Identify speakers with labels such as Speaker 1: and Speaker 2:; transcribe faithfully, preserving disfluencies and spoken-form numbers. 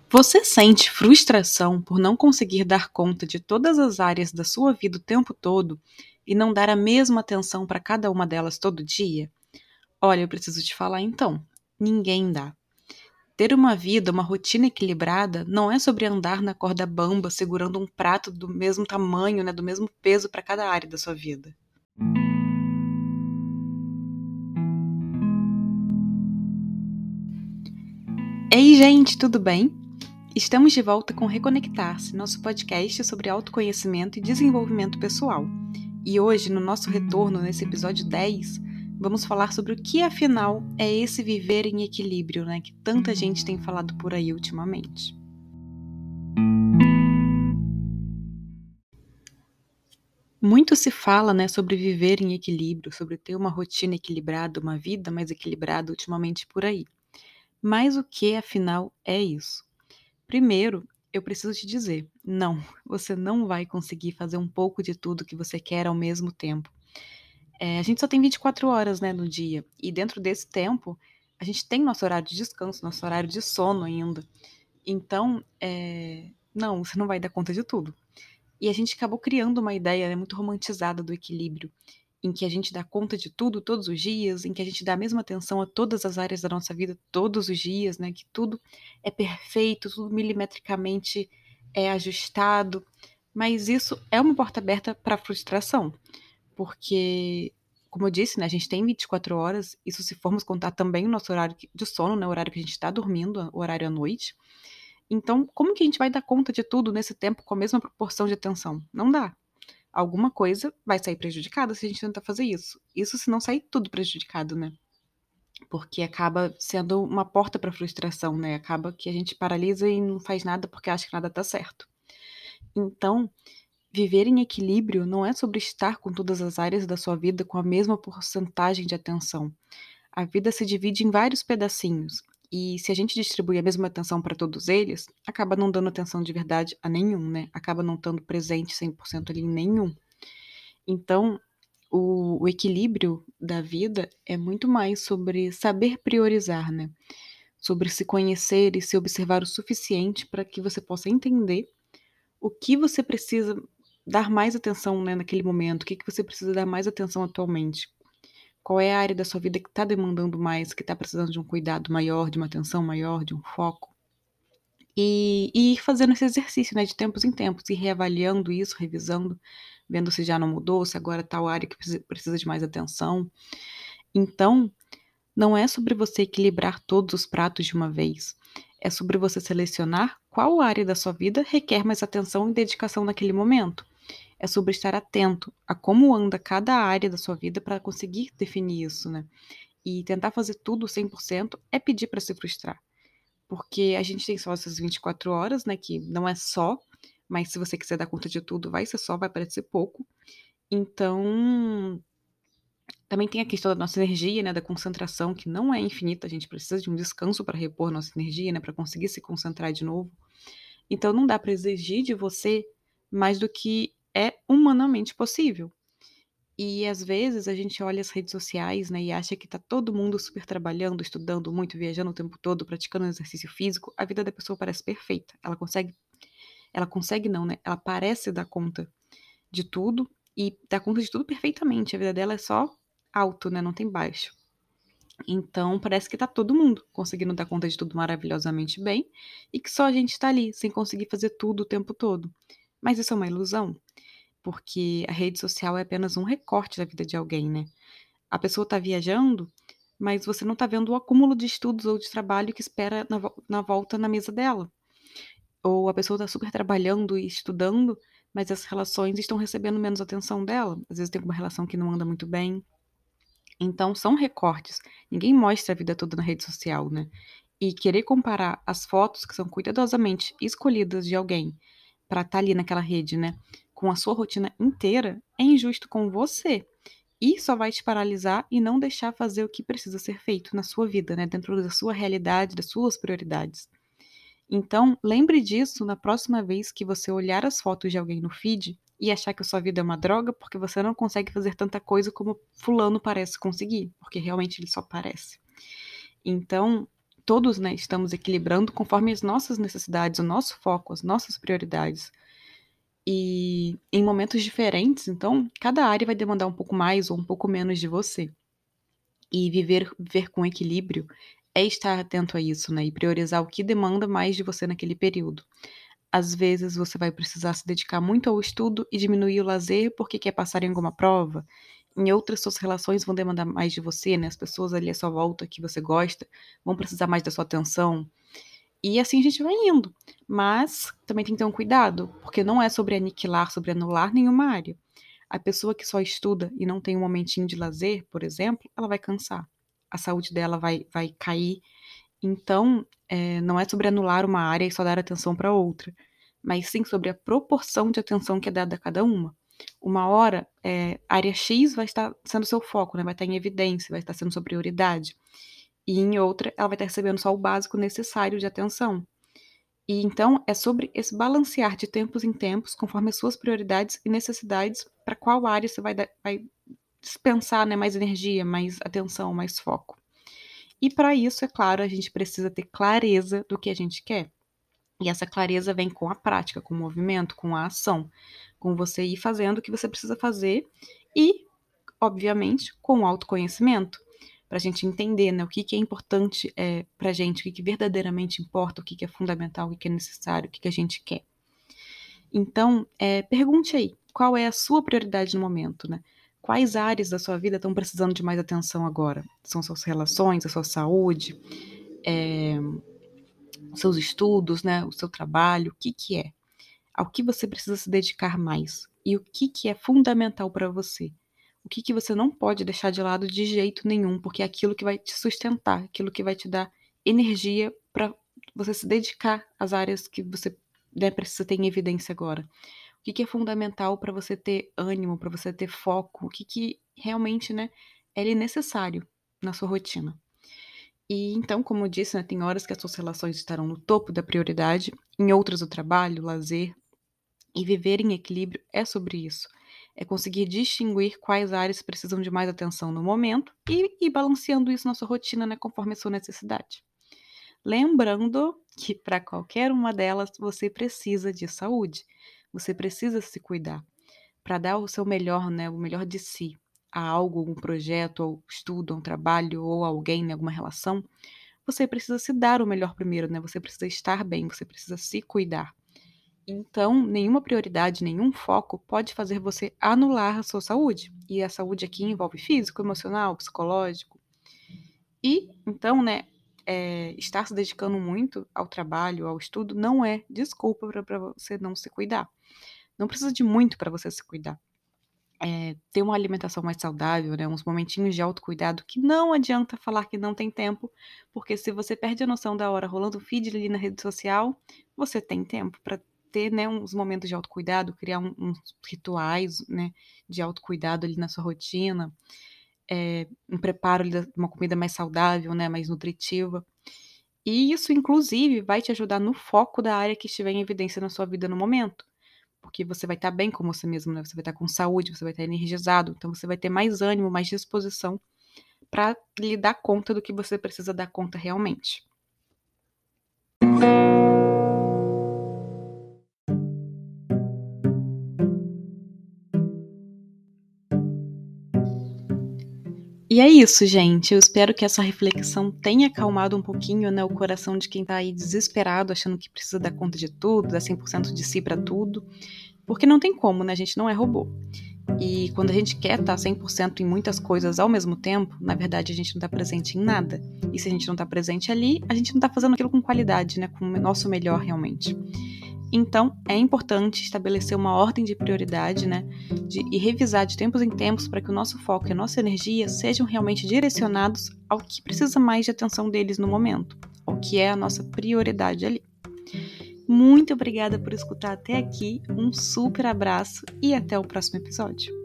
Speaker 1: Você sente frustração por não conseguir dar conta de todas as áreas da sua vida o tempo todo e não dar a mesma atenção para cada uma delas todo dia? Olha, eu preciso te falar então. Ninguém dá. Ter uma vida, uma rotina equilibrada, não é sobre andar na corda bamba segurando um prato do mesmo tamanho, né, do mesmo peso para cada área da sua vida. Ei, gente, tudo bem? Estamos de volta com Reconectar-se, nosso podcast sobre autoconhecimento e desenvolvimento pessoal. E hoje, no nosso retorno, nesse episódio dez, vamos falar sobre o que, afinal, é esse viver em equilíbrio, né, que tanta gente tem falado por aí ultimamente. Muito se fala, né, sobre viver em equilíbrio, sobre ter uma rotina equilibrada, uma vida mais equilibrada ultimamente por aí. Mas o que, afinal, é isso? Primeiro, eu preciso te dizer, não, você não vai conseguir fazer um pouco de tudo que você quer ao mesmo tempo. É, a gente só tem vinte e quatro horas, né, no dia, e dentro desse tempo, a gente tem nosso horário de descanso, nosso horário de sono ainda. Então, é, não, você não vai dar conta de tudo. E a gente acabou criando uma ideia, né, muito romantizada do equilíbrio, em que a gente dá conta de tudo todos os dias, em que a gente dá a mesma atenção a todas as áreas da nossa vida todos os dias, né? Que tudo é perfeito, tudo milimetricamente é ajustado. Mas isso é uma porta aberta para a frustração, porque, como eu disse, né, a gente tem vinte e quatro horas, isso se formos contar também o nosso horário de sono, né, o horário que a gente está dormindo, o horário à noite. Então, como que a gente vai dar conta de tudo nesse tempo com a mesma proporção de atenção? Não dá. Alguma coisa vai sair prejudicada se a gente tentar fazer isso. Isso se não sair tudo prejudicado, né? Porque acaba sendo uma porta para frustração, né? Acaba que a gente paralisa e não faz nada porque acha que nada tá certo. Então, viver em equilíbrio não é sobre estar com todas as áreas da sua vida com a mesma porcentagem de atenção. A vida se divide em vários pedacinhos. E se a gente distribui a mesma atenção para todos eles, acaba não dando atenção de verdade a nenhum, né? Acaba não estando presente cem por cento ali em nenhum. Então, o, o equilíbrio da vida é muito mais sobre saber priorizar, né? Sobre se conhecer e se observar o suficiente para que você possa entender o que você precisa dar mais atenção, né, naquele momento, o que, que você precisa dar mais atenção atualmente. Qual é a área da sua vida que está demandando mais, que está precisando de um cuidado maior, de uma atenção maior, de um foco. E, e ir fazendo esse exercício, né, de tempos em tempos, e reavaliando isso, revisando, vendo se já não mudou, se agora tal área que precisa, precisa de mais atenção. Então, não é sobre você equilibrar todos os pratos de uma vez. É sobre você selecionar qual área da sua vida requer mais atenção e dedicação naquele momento. É sobre estar atento a como anda cada área da sua vida para conseguir definir isso, né? E tentar fazer tudo cem por cento é pedir para se frustrar. Porque a gente tem só essas vinte e quatro horas, né? Que não é só, mas se você quiser dar conta de tudo, vai ser só, vai parecer pouco. Então, também tem a questão da nossa energia, né? Da concentração, que não é infinita. A gente precisa de um descanso para repor nossa energia, né? Para conseguir se concentrar de novo. Então, não dá para exigir de você mais do que é humanamente possível. E às vezes a gente olha as redes sociais, né, e acha que tá todo mundo super trabalhando, estudando muito, viajando o tempo todo, praticando exercício físico. A vida da pessoa parece perfeita. Ela consegue, ela consegue não, né? Ela parece dar conta de tudo e dá conta de tudo perfeitamente. A vida dela é só alto, né? Não tem baixo. Então parece que tá todo mundo conseguindo dar conta de tudo maravilhosamente bem e que só a gente tá ali sem conseguir fazer tudo o tempo todo. Mas isso é uma ilusão. Porque a rede social é apenas um recorte da vida de alguém, né? A pessoa está viajando, mas você não está vendo o acúmulo de estudos ou de trabalho que espera na, vo- na volta na mesa dela. Ou a pessoa está super trabalhando e estudando, mas as relações estão recebendo menos atenção dela. Às vezes tem uma relação que não anda muito bem. Então são recortes. Ninguém mostra a vida toda na rede social, né? E querer comparar as fotos que são cuidadosamente escolhidas de alguém para estar ali naquela rede, né, com a sua rotina inteira, é injusto com você. E só vai te paralisar e não deixar fazer o que precisa ser feito na sua vida, né, dentro da sua realidade, das suas prioridades. Então, lembre disso na próxima vez que você olhar as fotos de alguém no feed e achar que a sua vida é uma droga porque você não consegue fazer tanta coisa como fulano parece conseguir, porque realmente ele só parece. Então, todos, né, estamos equilibrando conforme as nossas necessidades, o nosso foco, as nossas prioridades. E em momentos diferentes, então, cada área vai demandar um pouco mais ou um pouco menos de você. E viver, viver com equilíbrio é estar atento a isso, né? E priorizar o que demanda mais de você naquele período. Às vezes você vai precisar se dedicar muito ao estudo e diminuir o lazer porque quer passar em alguma prova. Em outras, suas relações vão demandar mais de você, né? As pessoas ali à sua volta que você gosta vão precisar mais da sua atenção. E assim a gente vai indo. Mas também tem que ter um cuidado, porque não é sobre aniquilar, sobre anular nenhuma área. A pessoa que só estuda e não tem um momentinho de lazer, por exemplo, ela vai cansar. A saúde dela vai, vai cair. Então, é, não é sobre anular uma área e só dar atenção para outra, mas sim sobre a proporção de atenção que é dada a cada uma. Uma hora, é, a área X vai estar sendo seu foco, né? Vai estar em evidência, vai estar sendo sua prioridade. E em outra, ela vai estar recebendo só o básico necessário de atenção. E então, é sobre esse balancear de tempos em tempos, conforme as suas prioridades e necessidades, para qual área você vai, dar, vai dispensar, né, mais energia, mais atenção, mais foco. E para isso, é claro, a gente precisa ter clareza do que a gente quer. E essa clareza vem com a prática, com o movimento, com a ação, com você ir fazendo o que você precisa fazer e, obviamente, com o autoconhecimento, para a gente entender, né, o que, que é importante é, para a gente, o que, que verdadeiramente importa, o que, que é fundamental, o que, que é necessário, o que, que a gente quer. Então, é, pergunte aí, qual é a sua prioridade no momento, né? Quais áreas da sua vida estão precisando de mais atenção agora? São suas relações, a sua saúde, é, os seus estudos, né, o seu trabalho, o que que é? Ao que você precisa se dedicar mais? E o que que é fundamental para você? O que que você não pode deixar de lado de jeito nenhum, porque é aquilo que vai te sustentar, aquilo que vai te dar energia para você se dedicar às áreas que você, né, precisa ter em evidência agora. O que que é fundamental para você ter ânimo, para você ter foco? O que que realmente, né, é necessário na sua rotina? E então, como eu disse, né, tem horas que as suas relações estarão no topo da prioridade, em outras o trabalho, o lazer. E viver em equilíbrio é sobre isso. É conseguir distinguir quais áreas precisam de mais atenção no momento e ir balanceando isso na sua rotina, né, conforme a sua necessidade. Lembrando que para qualquer uma delas você precisa de saúde. Você precisa se cuidar para dar o seu melhor, né, o melhor de si a algo, algum projeto, ou estudo, um trabalho, ou alguém, né, alguma relação. Você precisa se dar o melhor primeiro, né? Você precisa estar bem, você precisa se cuidar. Então, nenhuma prioridade, nenhum foco pode fazer você anular a sua saúde. E a saúde aqui envolve físico, emocional, psicológico. E, então, né, é, estar se dedicando muito ao trabalho, ao estudo, não é desculpa para você não se cuidar. Não precisa de muito para você se cuidar. É, ter uma alimentação mais saudável, né, uns momentinhos de autocuidado, que não adianta falar que não tem tempo, porque se você perde a noção da hora rolando o feed ali na rede social, você tem tempo para ter, né, uns momentos de autocuidado, criar um, uns rituais, né, de autocuidado ali na sua rotina, é, um preparo ali de uma comida mais saudável, né, mais nutritiva. E isso, inclusive, vai te ajudar no foco da área que estiver em evidência na sua vida no momento. Porque você vai estar bem com você mesmo, né? Você vai estar com saúde, você vai estar energizado, então você vai ter mais ânimo, mais disposição para lhe dar conta do que você precisa dar conta realmente. E é isso, gente. Eu espero que essa reflexão tenha acalmado um pouquinho, né, o coração de quem tá aí desesperado, achando que precisa dar conta de tudo, dar cem por cento de si para tudo. Porque não tem como, né? A gente não é robô. E quando a gente quer estar cem por cento em muitas coisas ao mesmo tempo, na verdade a gente não está presente em nada. E se a gente não está presente ali, a gente não está fazendo aquilo com qualidade, né? Com o nosso melhor realmente. Então, é importante estabelecer uma ordem de prioridade, né? De, e revisar de tempos em tempos para que o nosso foco e a nossa energia sejam realmente direcionados ao que precisa mais de atenção deles no momento, ao que é a nossa prioridade ali. Muito obrigada por escutar até aqui, um super abraço e até o próximo episódio.